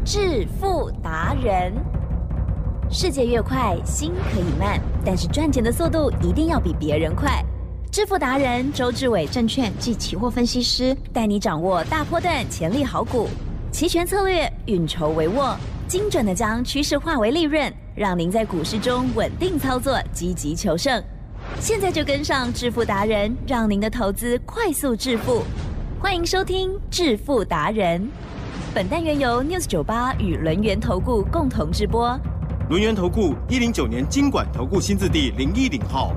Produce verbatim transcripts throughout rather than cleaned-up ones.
致富达人。世界越快，心可以慢，但是赚钱的速度一定要比别人快。致富达人周志伟证券及期货分析师带你掌握大波段潜力好股，期权策略运筹帷幄，精准的将趋势化为利润，让您在股市中稳定操作，积极求胜。现在就跟上致富达人，让您的投资快速致富。欢迎收听致富达人。本单元由 News 九十八与轮源投顾共同直播。 轮源投顾一零九年金管投顾新字第零一零号。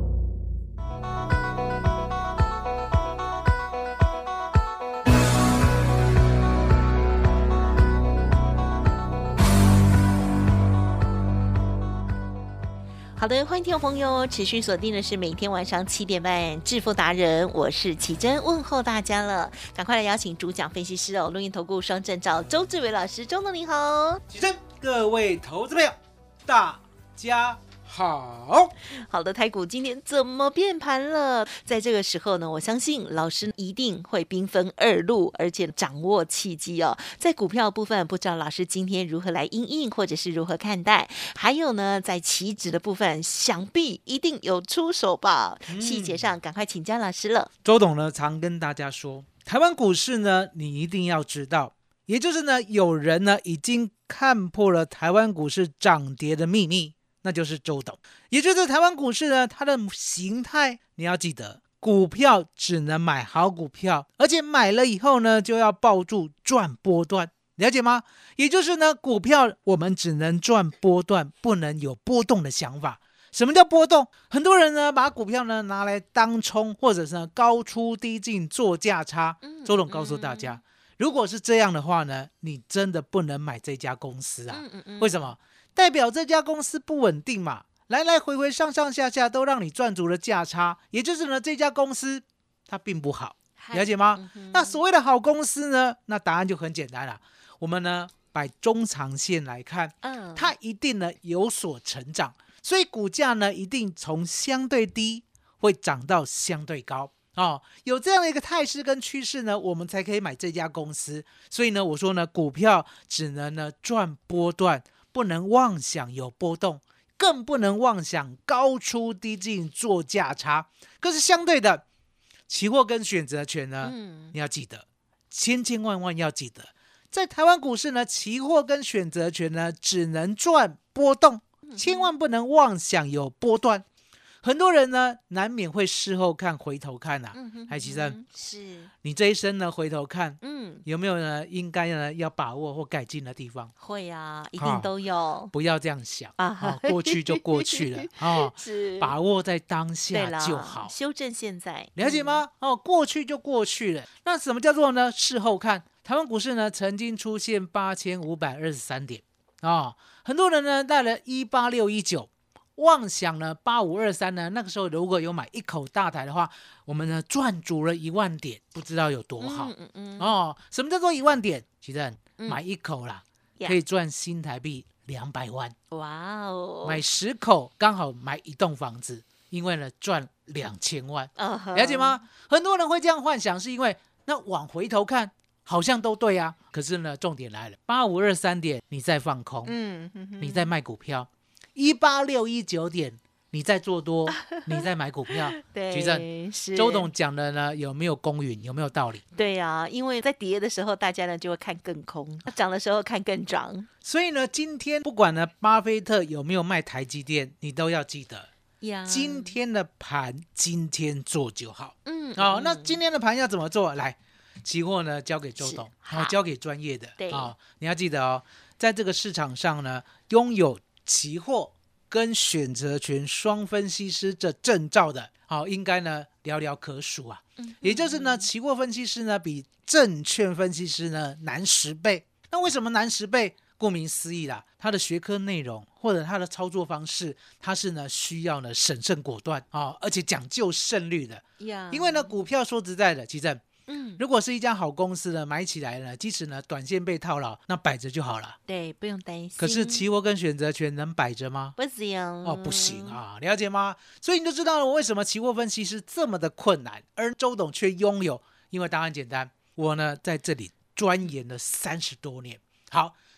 好的，欢迎听众朋友持续锁定的是每天晚上七点半致富达人，我是启真，问候大家了。赶快来邀请主讲分析师哦，录音投顾双证照周志伟老师，周总你好。 启真，各位投资朋友大家好。 好的，台股今天怎么变盘了？在这个时候呢，我相信老师一定会兵分二路，而且掌握契机哦。在股票部分，不知道老师今天如何来因应，或者是如何看待？还有呢，在期指的部分，想必一定有出手吧？嗯、细节上赶快请教老师了。 周董呢，常跟大家说，台湾股市呢，你一定要知道，也就是呢，有人呢已经看破了台湾股市涨跌的秘密。那就是周董，也就是台湾股市呢，它的形态你要记得，股票只能买好股票，而且买了以后呢，就要抱住赚波段，了解吗？也就是呢，股票我们只能赚波段，不能有波动的想法。什么叫波动？很多人呢把股票呢拿来当冲，或者是呢高出低进做价差。周董告诉大家，如果是这样的话呢，你真的不能买这家公司啊。为什么？代表这家公司不稳定嘛，来来回回上上下下都让你赚足了价差，也就是呢这家公司它并不好，了解吗？嗯、那所谓的好公司呢，那答案就很简单了，我们呢摆中长线来看，嗯、它一定呢有所成长，所以股价呢一定从相对低会涨到相对高。哦，有这样的一个态势跟趋势呢，我们才可以买这家公司。所以呢，我说呢，股票只能呢赚波段，不能妄想有波动，更不能妄想高出低进做价差。可是相对的，期货跟选择权呢，嗯、你要记得，千千万万要记得，在台湾股市呢，期货跟选择权呢，只能赚波动，千万不能妄想有波段。很多人呢，难免会事后看、回头看啊。海奇生，是你这一生呢，回头看，嗯，有没有呢？应该呢要把握或改进的地方？ 会啊，一定都有。哦、 不要这样想啊、哦，过去就过去了啊，哦、是把握在当下就好， 修正现在， 了解吗？嗯、哦，过去就过去了。那什么叫做呢？事后看，台湾股市呢曾经出现八千五百二十三点啊、哦，很多人呢带了一八六一九。妄想呢八五二三呢，那个时候如果有买一口大台的话，我们呢赚足了一万点，不知道有多好、嗯嗯嗯、哦。什么叫做一万点？其实、嗯、买一口啦，可以赚新台币两百万。哇哦！买十口刚好买一栋房子，因为呢赚两千万，哦、了解吗？很多人会这样幻想，是因为那往回头看好像都对啊，可是呢重点来了，八五二三点你在放空，嗯哼哼，你在卖股票。一八六一九点，你在做多，你在买股票， 对， 举证。周董讲的呢，有没有公允？有没有道理？ 对呀、啊，因为在跌的时候，大家呢就会看更空；涨的时候看更涨。 所以呢，今天不管呢，巴菲特有没有卖台积电，你都要记得，呀今天的盘今天做就好。嗯，好、哦，那今天的盘要怎么做？来，期货呢交给周董，好，交给专业的。对，哦，你要记得哦，在这个市场上呢，拥有期货跟选择权双分析师这证照的，好、哦，应该呢寥寥可数啊。嗯、也就是呢，期货分析师呢比证券分析师呢难十倍。那为什么难十倍？顾名思义啦，他的学科内容或者他的操作方式，他是呢需要呢审慎果断啊、哦，而且讲究胜率的。Yeah. 因为呢，股票说实在的，其实嗯，如果是一家好公司呢，买起来呢，即使呢短线被套牢，那摆着就好了。 对，不用担心。 可是期货跟选择权能摆着吗？ 不行哦，不行啊，了解吗？所以你就知道了为什么期货分析是这么的困难，而周董却拥有。因为答案简单，我呢在这里钻研了三十多年。好，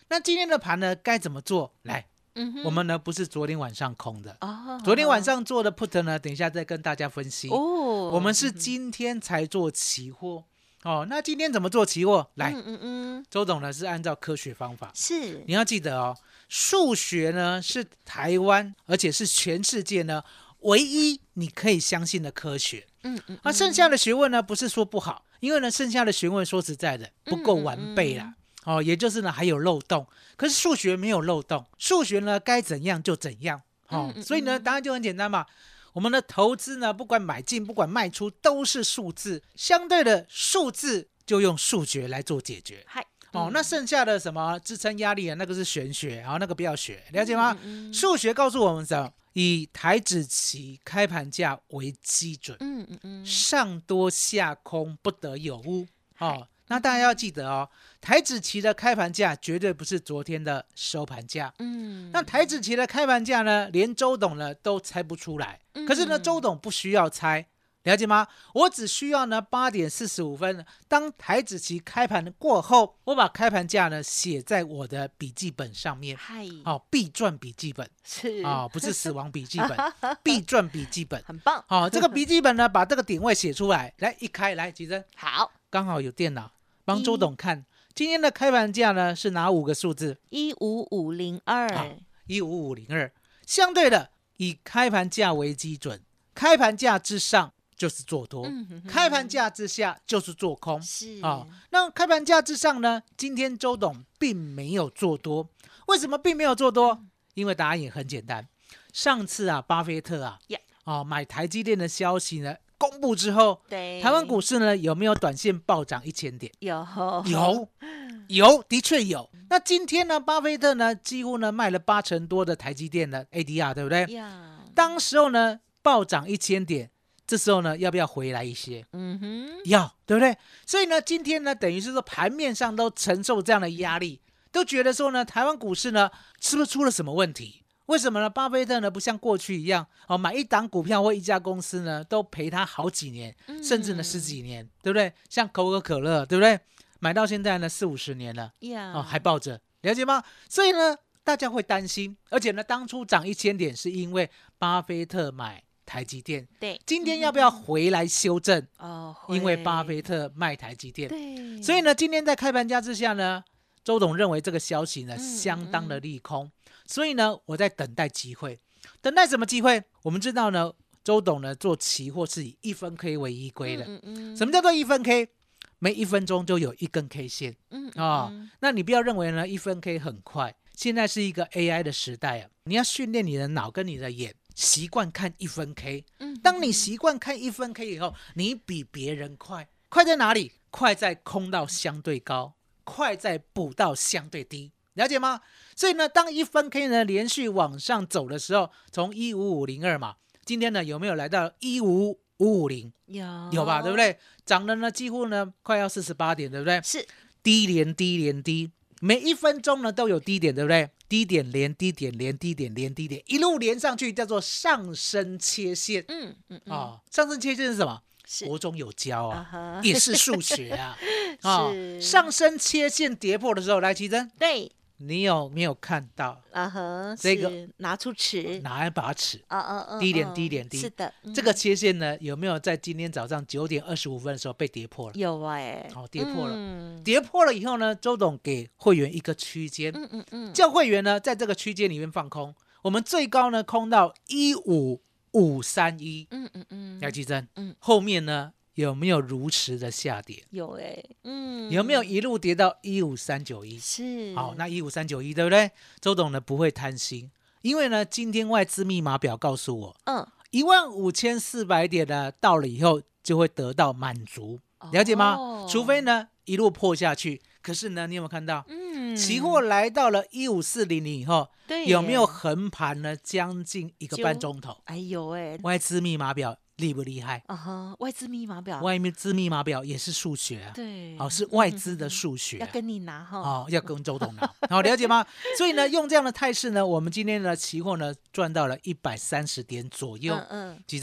那今天的盘呢该怎么做？来， 嗯哼， 我们呢不是昨天晚上空的， 哦， 昨天晚上做的 put 呢，等一下再跟大家分析。 哦， 我们是今天才做期货哦。那今天怎么做期货？来， 嗯嗯嗯， 周董呢是按照科学方法， 是你要记得哦，数学呢是台湾，而且是全世界呢唯一你可以相信的科学。 嗯嗯， 那、啊、剩下的学问呢，不是说不好，因为呢，剩下的学问说实在的不够完备啦。嗯嗯嗯哦，也就是呢还有漏洞，可是数学没有漏洞，数学呢该怎样就怎样。哦，嗯嗯嗯所以呢答案就很简单嘛。我们的投资呢，不管买进不管卖出都是数字，相对的数字就用数学来做解决。 嗨， 哦，那剩下的什么支撑压力啊，那个是玄学，然后、哦、那个不要学，了解吗？嗯嗯嗯数学告诉我们什么？以台指期开盘价为基准，嗯嗯嗯，上多下空不得有误。哦，那大家要记得哦，台指期的开盘价绝对不是昨天的收盘价。嗯，那台指期的开盘价呢，连周董呢都猜不出来。可是呢，周董不需要猜。了解吗？我只需要呢八点四十五分，当台指期开盘过后，我把开盘价呢写在我的笔记本上面。嗨，哦，必赚笔记本是啊、哦，不是死亡笔记本，必赚笔记本， 很棒。 哦，这个笔记本呢，把这个点位写出来，来一开，来吉珍， 好， 刚好有电脑帮周董看，今天的开盘价呢是哪五个数字？ 一五五零二， 一五五零二。相对的，以开盘价为基准，开盘价之上就是做多，嗯、哼哼开盘价之下就是做空。是啊、哦，那开盘价之上呢？今天周董并没有做多，为什么并没有做多？嗯、因为答案也很简单，上次啊，巴菲特啊， yeah. 哦买台积电的消息呢公布之后，对台湾股市呢有没有短线暴涨一千点？ 有， 有，有，的确有。那今天呢，巴菲特呢几乎呢卖了八成多的台积电的 A D R， 对不对？ Yeah. 当时候呢暴涨一千点。这时候呢，要不要回来一些？嗯哼，要，对不对？所以呢，今天呢，等于是说盘面上都承受这样的压力，都觉得说呢，台湾股市呢，是不是出了什么问题？为什么呢？巴菲特呢，不像过去一样哦，买一档股票或一家公司呢，都陪他好几年，嗯、甚至呢十几年，对不对？像可口可乐，对不对？买到现在呢四五十年了， yeah. 哦，还抱着，了解吗？所以呢，大家会担心，而且呢，当初涨一千点是因为巴菲特买台积电，对，今天要不要回来修正？哦，因为巴菲特卖台积电，对，所以呢，今天在开盘价之下呢，周董认为这个消息呢、嗯、相当的利空，所以呢，我在等待机会，等待什么机会？我们知道呢，周董呢做期货是以一分 K 为依归的，嗯嗯嗯什么叫做一分 K？ 每一分钟就有一根 K 线，嗯啊、哦，那你不要认为呢一分 K 很快，现在是一个 A I 的时代啊，你要训练你的脑跟你的眼。习惯看一分 K， 当你习惯看一分 K 以后，你比别人快，快在哪里？快在空到相对高，快在补到相对低，了解吗？所以呢，当一分 K 呢连续往上走的时候，从一五五零二嘛，今天呢有没有来到一五五五零？有，有吧，对不对？涨了呢几乎呢快要四十八点，对不对？是低连低连低，每一分钟呢都有低点，对不对？低点连低点连低点连低点，一路连上去叫做上升切线。嗯嗯嗯、哦，上升切线是什么？国中有教啊， uh-huh. 也是数学啊。哦、上升切线跌破的时候，来奇珍，对，你有没有看到？啊哈，这个拿出尺， 拿一把尺， 啊啊啊， 低点低点低， 是的， 嗯、这个切线呢有没有在今天早上九点二十五分的时候被跌破了？ 有哎， 好、哦，跌破了、嗯，跌破了以后呢，周董给会员一个区间，嗯嗯嗯，叫会员呢在这个区间里面放空，我们最高呢空到一五五三一，嗯嗯嗯，廖奇珍，嗯，后面呢？有没有如实的下跌？ 有哎、欸，嗯， 有没有一路跌到一五三九一？是，好，那一五三九一对不对？周董呢不会贪心，因为呢今天外资密码表告诉我，嗯，一万五千四百点呢到了以后就会得到满足，了解吗？哦、除非呢一路破下去，可是呢你有没有看到？嗯，期货来到了一五四零零以后，对，有没有横盘呢？将近一个半钟头？ 哎呦哎， 外资密码表。厉不厉害啊哈、uh-huh, 外资密码表， 外资密码表也是数学啊，对，哦，是外资的数学、啊， 要跟你拿哈， 哦，要跟周董拿，好、哦、了解吗？所以呢，用这样的态势呢，我们今天的期货呢赚到了一百三十点左右，嗯嗯，奇珍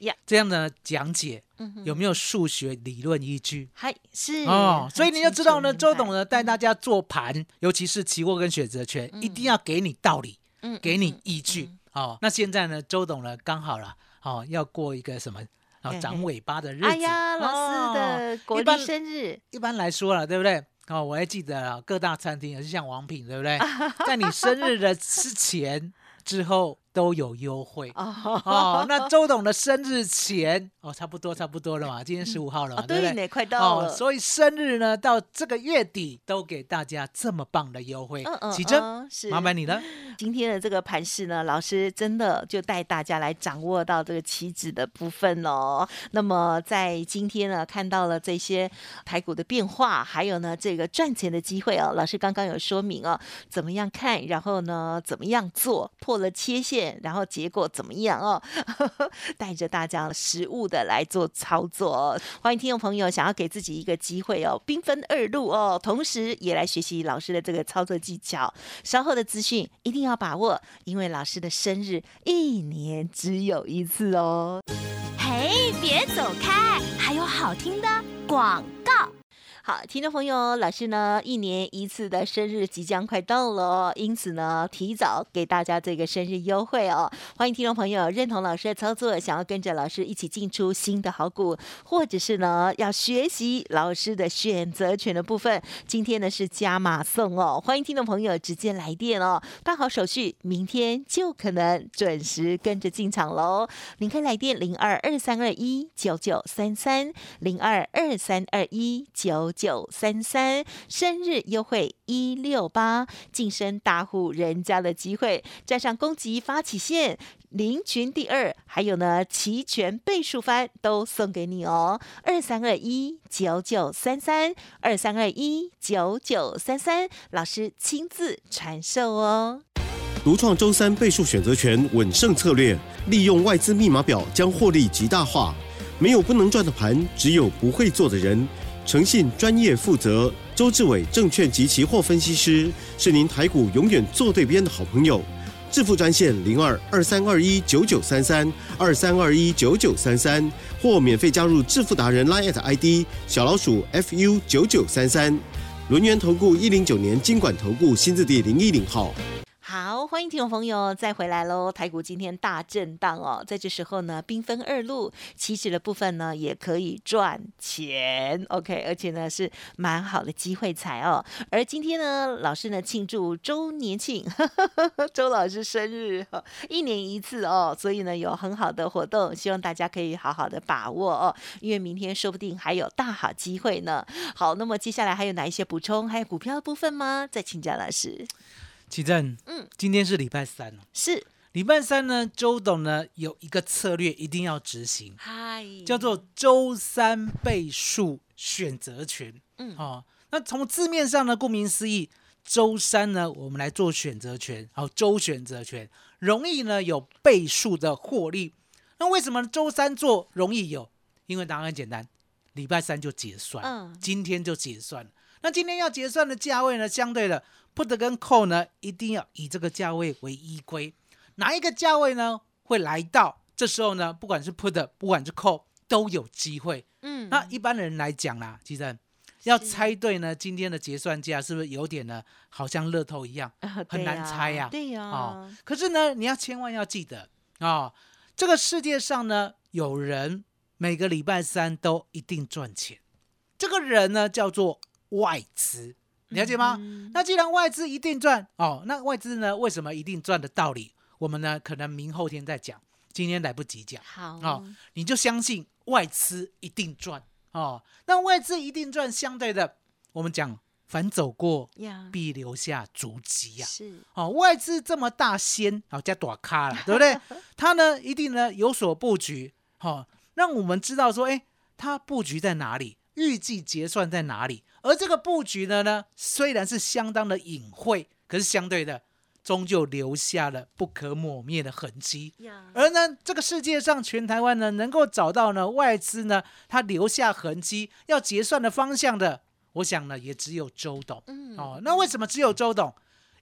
呀这样的讲解嗯哼有没有数学理论依据？ 还是哦，所以你就知道呢， 很清楚周董呢带大家做盘，尤其是期货跟选择权， 嗯一定要给你道理， 嗯给你依据。哦，那现在呢，周董呢刚好了，哦，要过一个什么？哦嘿，嘿长尾巴的日子。 哎呀，老师的国历一般生日， 一般来说了，对不对？哦，我还记得了，各大餐厅也是像王品，对不对？在你生日的之前、之后都有优惠。 哦哦，那周董的生日前哦，差不多差不多了嘛，今天十五号了嘛， 哦， 对不对？ 对呢，快到了， 哦，所以生日呢，到这个月底都给大家这么棒的优惠。 嗯嗯启真， 嗯是麻烦你了。 今天的这个盘势呢，老师真的就带大家来掌握到这个期指的部分哦。那么在今天呢，看到了这些台股的变化，还有呢这个赚钱的机会哦。老师刚刚有说明哦，怎么样看，然后呢怎么样做，破了切线，然后结果怎么样哦，带着大家实物的来做操作哦。欢迎听众朋友想要给自己一个机会哦，兵分二路哦，同时也来学习老师的这个操作技巧。稍后的资讯一定要把握，因为老师的生日一年只有一次哦。 嘿，别走开，还有好听的广告。 好，听众朋友，老师呢一年一次的生日即将快到了哦，因此呢提早给大家这个生日优惠哦。欢迎听众朋友认同老师的操作，想要跟着老师一起进出新的好股，或者是呢要学习老师的选择权的部分，今天呢是加码送哦。欢迎听众朋友直接来电哦，办好手续，明天就可能准时跟着进场喽。您可以来电零二二三二一九九三三零二二三二一九九三三，生日优惠一六八，晋升大户人家的机会，加上攻击发起线、林群第二，还有呢期权倍数翻都送给你哦。二三二一九九三三，二三二一九九三三，老师亲自传授哦。 独创周三倍数选择权稳胜策略，利用外资密码表将获利极大化。没有不能赚的盘，只有不会做的人。诚信、专业、负责，周志伟证券及期货分析师是您台股永远坐对边的好朋友。致富专线零二二三二一九九三三二三二一九九三三，或免费加入致富达人 Line I D 小老鼠 F U 九九三三。轮源投顾一零九年金管投顾新字第零一零号。 好，欢迎听众朋友再回来喽！台股今天大震荡哦，在这时候呢，兵分二路，期指的部分呢也可以赚钱 ，OK， 而且呢是蛮好的机会财哦。而今天呢，老师呢庆祝周年庆，呵呵呵周老师生日，一年一次哦，所以呢有很好的活动，希望大家可以好好的把握哦，因为明天说不定还有大好机会呢。好，那么接下来还有哪一些补充？还有股票的部分吗？再请教老师。 启正， 嗯， 今天是礼拜三哦， 是。 礼拜三呢，周董呢有一个策略一定要执行， 嗨， 叫做周三倍数选择权。 嗯， 哦，那从字面上呢，顾名思义，周三呢我们来做选择权，好，周选择权容易呢有倍数的获利。那为什么周三做容易有？因为答案很简单，礼拜三就结算， 嗯， 今天就结算了。那今天要结算的价位呢，相对的 put 跟 call 呢，一定要以这个价位为依归。哪一个价位呢会来到？这时候呢，不管是 put 不管是 call 都有机会。 嗯， 那一般人来讲啦，其实要猜对呢，今天的结算价是不是有点呢，好像乐透一样， 呃、 很难猜呀、啊？ 对呀、啊哦。可是呢，你要千万要记得啊、哦，这个世界上呢，有人每个礼拜三都一定赚钱。这个人呢，叫做外资，了解吗？嗯、那既然外资一定赚哦，那外资呢为什么一定赚的道理，我们呢可能明后天再讲，今天来不及讲。 好哦，你就相信外资一定赚哦。那外资一定赚，相对的，我们讲凡走过必留下足迹呀、啊。 是哦，外资这么大仙，好、哦、加大咖了，对不对？他呢一定呢有所布局，好、哦，让我们知道说，哎，他布局在哪里？预计结算在哪里？而这个布局呢呢，虽然是相当的隐晦，可是相对的，终究留下了不可磨灭的痕迹。而呢，这个世界上全台湾呢，能够找到呢外资呢，它留下痕迹要结算的方向的，我想呢，也只有周董。 嗯， 哦，那为什么只有周董？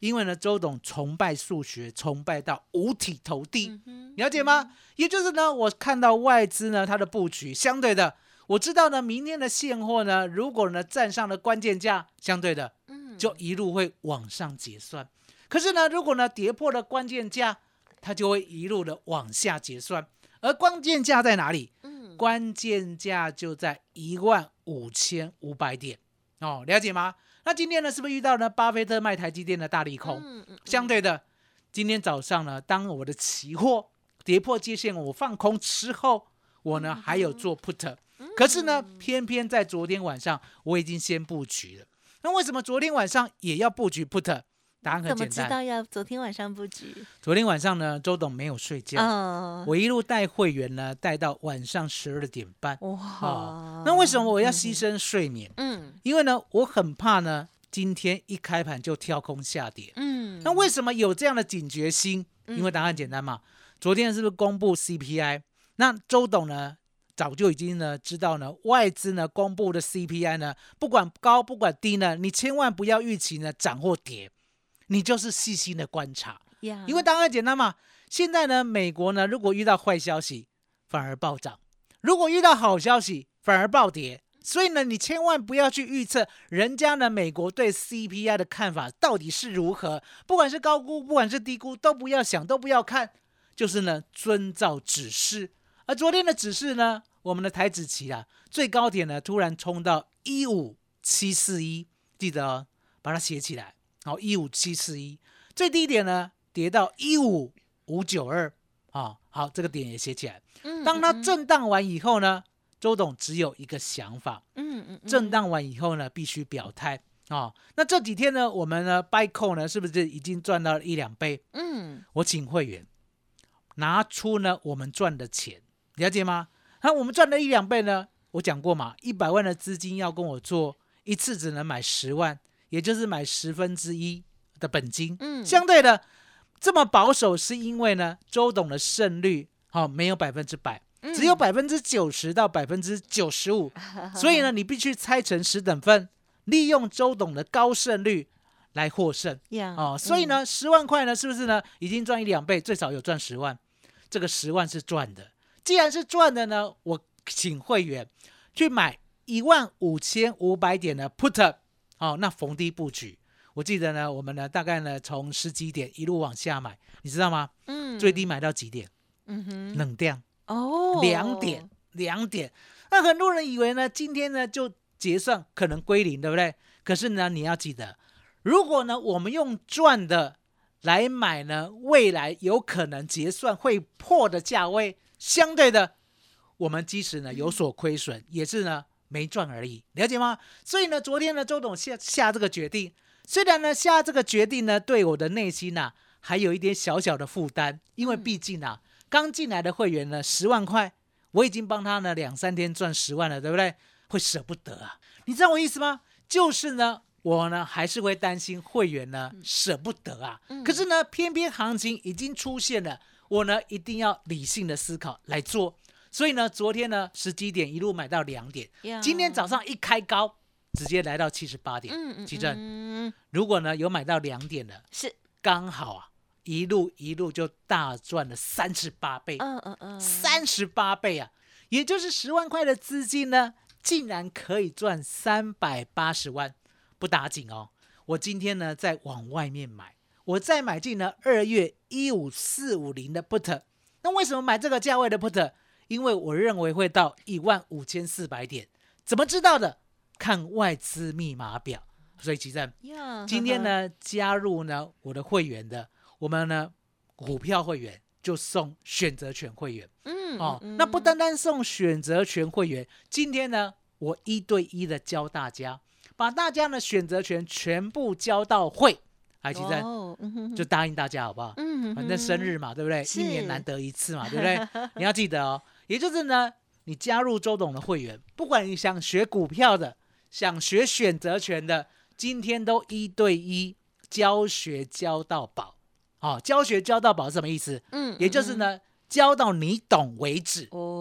因为呢，周董崇拜数学，崇拜到五体投地， 嗯、 了解吗？也就是呢，我看到外资呢它的布局，相对的，我知道呢，明天的现货呢，如果呢站上了关键价，相对的，就一路会往上结算。可是呢，如果呢跌破了关键价，它就会一路的往下结算。而关键价在哪里？嗯、关键价就在一万五千五百点哦，了解吗？那今天呢，是不是遇到呢巴菲特卖台积电的大利空？嗯嗯、相对的，今天早上呢，当我的期货跌破季线，我放空之后，我呢、嗯、还有做 put， 可是呢，偏偏在昨天晚上我已经先布局了。那为什么昨天晚上也要布局 put？答案很简单， 怎么知道要昨天晚上布局？ 昨天晚上呢，周董没有睡觉，哦、我一路带会员呢，带到晚上十二点半。哇、哦！那为什么我要牺牲睡眠？嗯，因为呢，我很怕呢，今天一开盘就跳空下跌。嗯，那为什么有这样的警觉心？因为答案简单嘛，昨天是不是公布 C P I？ 那周董呢？早就已经呢知道呢，外资呢公布的 C P I 呢，不管高不管低呢，你千万不要预期呢涨或跌，你就是细心的观察， yeah. 因为答案简单嘛。现在呢，美国呢如果遇到坏消息，反而暴涨；如果遇到好消息，反而暴跌。所以呢，你千万不要去预测人家呢美国对 C P I 的看法到底是如何，不管是高估，不管是低估，都不要想，都不要看，就是呢遵照指示。而昨天的指示呢，我们的台指期啊，最高点呢突然冲到一五七四一，记得哦，把它写起来。好，一五七四一，最低点呢跌到一五五九二，啊，好，这个点也写起来。当它震荡完以后呢，周董只有一个想法，嗯嗯，震荡完以后呢，必须表态啊、哦。那这几天呢，我们呢 buy call 呢，是不是已经赚到了一两倍？嗯，我请会员拿出呢我们赚的钱。了解吗？那我们赚了一两倍呢？我讲过嘛，一百万的资金要跟我做，一次只能买十万，也就是买十分之一的本金。嗯，相对的这么保守，是因为呢，周董的胜率好、哦、没有百分之百，只有百分之九十到百分之九十五，所以呢，你必须拆成十等份，利用周董的高胜率来获胜。Yeah, 哦，所以呢，十、嗯、万块呢，是不是呢，已经赚一两倍，最少有赚十万？这个十万是赚的。既然是赚的呢，我请会员去买一万五千五百点的 put， 哦，那逢低布局。我记得呢，我们呢大概呢从十几点一路往下买，你知道吗？嗯，最低买到几点？嗯哼，冷掉哦，两点，两点。那很多人以为呢，今天呢就结算可能归零，对不对？可是呢，你要记得，如果呢我们用赚的来买呢，未来有可能结算会破的价位。相对的，我们即使呢有所亏损，也是呢没赚而已，了解吗？所以呢，昨天呢周董下下这个决定，虽然呢下这个决定呢对我的内心啊还有一点小小的负担，因为毕竟啊刚进来的会员呢十万块，我已经帮他呢两三天赚十万了，对不对？会舍不得啊，你知道我意思吗？就是呢我呢还是会担心会员呢舍不得啊，可是呢偏偏行情已经出现了。我呢一定要理性的思考来做，所以呢，昨天呢十几点一路买到两点， yeah. 今天早上一开高，直接来到七十八点。嗯奇正、嗯，如果呢有买到两点的，是刚好啊，一路一路就大赚了三十八倍。嗯嗯嗯，三十八倍啊，也就是十万块的资金呢，竟然可以赚三百八十万，不打紧哦。我今天呢再往外面买。我再买进了二月一五四五零的 put， 那为什么买这个价位的 put？ 因为我认为会到一万五千四百点，怎么知道的？看外资密码表。所以其正、yeah, 今天呢加入呢我的会员的，我们呢股票会员就送选择权会员。嗯哦，嗯那不单单送选择权会员，今天呢我一对一的教大家，把大家的选择权全部教到会。海奇正、哦嗯、就答应大家好不好、嗯、反正生日嘛对不对，一年难得一次嘛对不对你要记得哦，也就是呢你加入周董的会员，不管你想学股票的想学选择权的，今天都一对一教学教到饱、哦、教学教到饱是什么意思？嗯，也就是呢、嗯、教到你懂为止哦。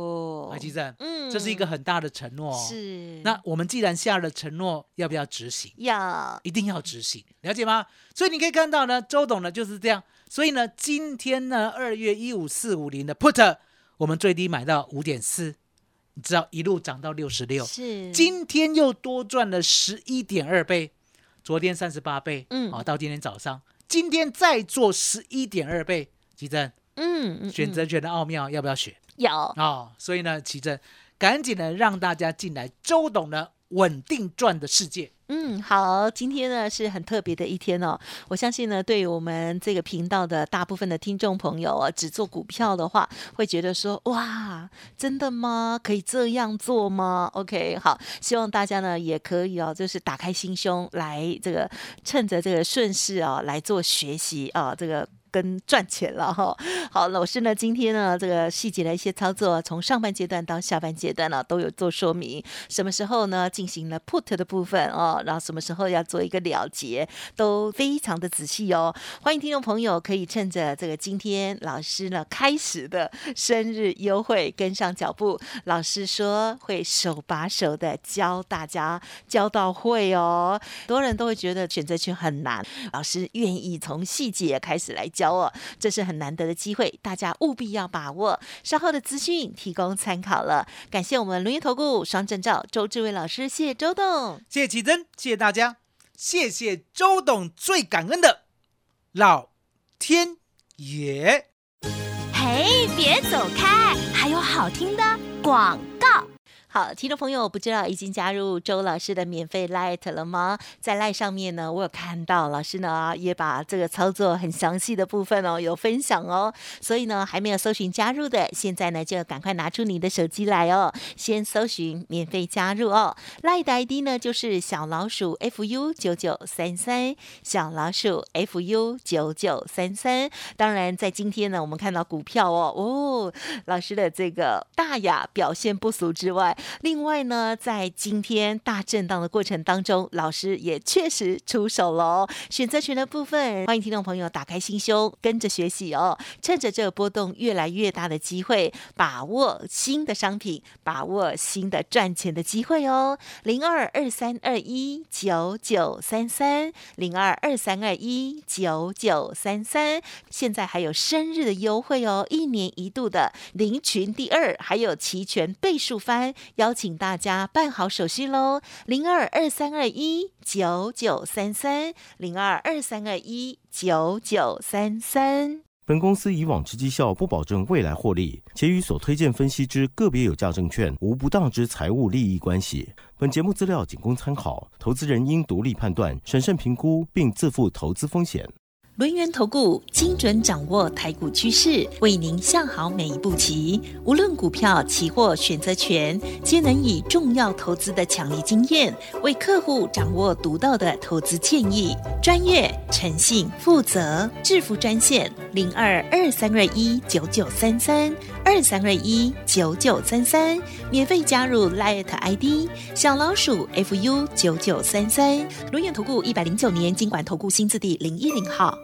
有， 白吉正， 嗯， 这是一个很大的承诺哦。 是， 那我们既然下了承诺，要不要执行？ 要， 一定要执行，了解吗？所以你可以看到呢，周董呢就是这样。所以呢，今天呢，二月一五四五零的 put， 我们最低买到五点四，你知道一路涨到六十六， 是， 今天又多赚了十一点二倍，昨天三十八倍， 嗯， 好，到今天早上，今天再做十一点二倍，奇珍， 嗯，嗯选择权的奥妙要不要学？ 要哦，所以呢，奇珍，赶紧的让大家进来，周董呢稳定赚的世界。 嗯，好，今天呢是很特别的一天哦。我相信呢，对于我们这个频道的大部分的听众朋友啊，只做股票的话，会觉得说，哇，真的吗？可以这样做吗 ？OK， 好，希望大家呢也可以哦，就是打开心胸来这个，趁着这个顺势啊来做学习啊，这个。跟赚钱了哈，好，老师呢今天呢这个细节的一些操作，从上半阶段到下半阶段呢都有做说明，什么时候呢进行了 put 的部分哦，然后什么时候要做一个了结，都非常的仔细哦。欢迎听众朋友可以趁着这个今天老师呢开始的生日优惠跟上脚步，老师说会手把手的教大家，教到会哦。很多人都会觉得选择权很难，老师愿意从细节开始来教。哦，这是很难得的机会，大家务必要把握。稍后的资讯提供参考了。感谢我们轮源投顾双证照周志伟老师，谢谢周董， 谢谢奇珍，谢谢大家，谢谢周董，最感恩的老天爷。 嘿，别走开，还有好听的广告。 好，听众朋友，不知道已经加入周老师的免费 Lite 了吗？在 Lite 上面呢，我有看到老师呢也把这个操作很详细的部分哦有分享哦，所以呢还没有搜寻加入的，现在呢就赶快拿出你的手机来哦，先搜寻免费加入哦。Lite 的 I D 呢就是小老鼠 F U 九九三三，小老鼠 F U 九九三三。当然，在今天呢，我们看到股票哦，哦，老师的这个大雅表现不俗之外。另外呢，在今天大震荡的过程当中，老师也确实出手了哦。选择权的部分，欢迎听众朋友打开心胸，跟着学习哦。趁着这个波动越来越大的机会，把握新的商品，把握新的赚钱的机会哦。零二二三二一九九三三，零二二三二一九九三三，现在还有生日的优惠哦，一年一度的零群第二，还有期权倍数翻。邀请大家办好手续喽，零二二三二一九九三三，零二二三二一九九三三。 本公司以往之绩效不保证未来获利，且与所推荐分析之个别有价证券无不当之财务利益关系。本节目资料仅供参考，投资人应独立判断、审慎评估，并自负投资风险。 轮源投顾精准掌握台股趋势，为您下好每一步棋。无论股票、期货、选择权，皆能以重要投资的强力经验，为客户掌握独到的投资建议。专业、诚信、负责，致富专线零二二三二一九九三三二三二一九九三三，免费加入 Lite I D 小老鼠 F U 九九三三。轮源投顾一百零九年金管投顾新字第零一零号。